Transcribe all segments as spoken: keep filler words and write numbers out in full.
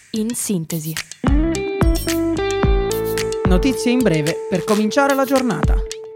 In sintesi. Notizie in breve per cominciare la giornata.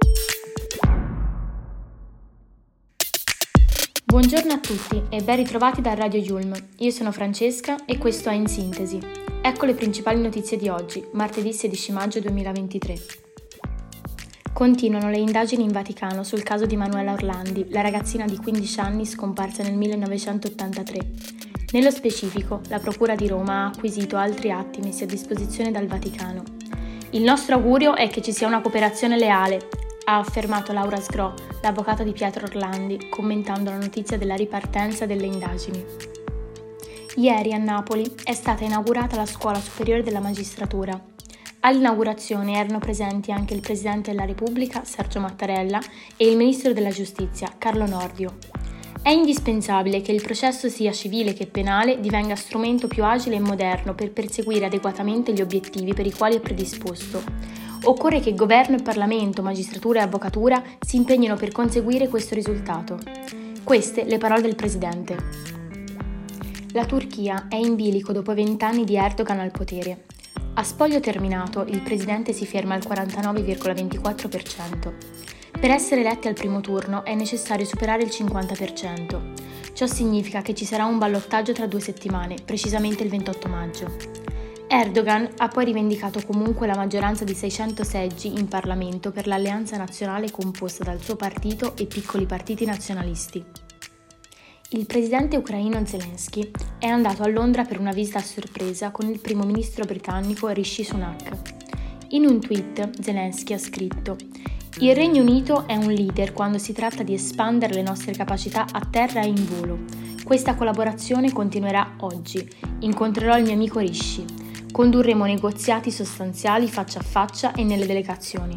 Buongiorno a tutti e ben ritrovati da Radio Yulm. Io sono Francesca e questo è In Sintesi. Ecco le principali notizie di oggi, martedì sedici maggio duemilaventitré. Continuano le indagini in Vaticano sul caso di Manuela Orlandi, la ragazzina di quindici anni scomparsa nel millenovecentottantatré. Nello specifico, la Procura di Roma ha acquisito altri atti messi a disposizione dal Vaticano. Il nostro augurio è che ci sia una cooperazione leale, ha affermato Laura Sgro, l'avvocata di Pietro Orlandi, commentando la notizia della ripartenza delle indagini. Ieri a Napoli è stata inaugurata la Scuola Superiore della Magistratura. All'inaugurazione erano presenti anche il Presidente della Repubblica, Sergio Mattarella, e il Ministro della Giustizia, Carlo Nordio. È indispensabile che il processo sia civile che penale divenga strumento più agile e moderno per perseguire adeguatamente gli obiettivi per i quali è predisposto. Occorre che Governo e Parlamento, magistratura e avvocatura si impegnino per conseguire questo risultato. Queste le parole del Presidente. La Turchia è in bilico dopo vent'anni di Erdogan al potere. A spoglio terminato, il Presidente si ferma al quarantanove virgola ventiquattro per cento. Per essere eletti al primo turno è necessario superare il cinquanta per cento. Ciò significa che ci sarà un ballottaggio tra due settimane, precisamente il ventotto maggio. Erdogan ha poi rivendicato comunque la maggioranza di seicento seggi in Parlamento per l'alleanza nazionale composta dal suo partito e piccoli partiti nazionalisti. Il presidente ucraino Zelensky è andato a Londra per una visita a sorpresa con il primo ministro britannico Rishi Sunak. In un tweet Zelensky ha scritto: «Il Regno Unito è un leader quando si tratta di espandere le nostre capacità a terra e in volo. Questa collaborazione continuerà oggi. Incontrerò il mio amico Rishi. Condurremo negoziati sostanziali faccia a faccia e nelle delegazioni».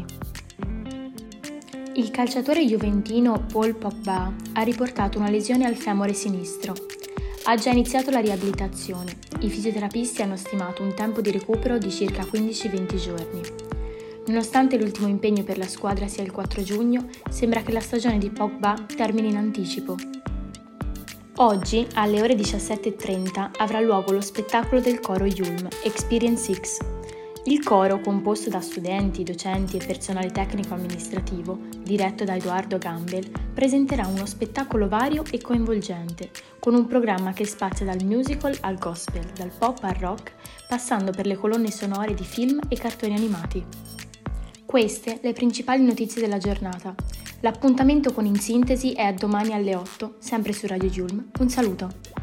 Il calciatore juventino Paul Pogba ha riportato una lesione al femore sinistro. Ha già iniziato la riabilitazione. I fisioterapisti hanno stimato un tempo di recupero di circa quindici venti giorni. Nonostante l'ultimo impegno per la squadra sia il quattro giugno, sembra che la stagione di Pogba termini in anticipo. Oggi, alle ore diciassette e trenta, avrà luogo lo spettacolo del coro Yulm, Experience X. Il coro, composto da studenti, docenti e personale tecnico-amministrativo, diretto da Edoardo Gambel, presenterà uno spettacolo vario e coinvolgente, con un programma che spazia dal musical al gospel, dal pop al rock, passando per le colonne sonore di film e cartoni animati. Queste le principali notizie della giornata. L'appuntamento con In Sintesi è a domani alle otto, sempre su Radio Yulm. Un saluto!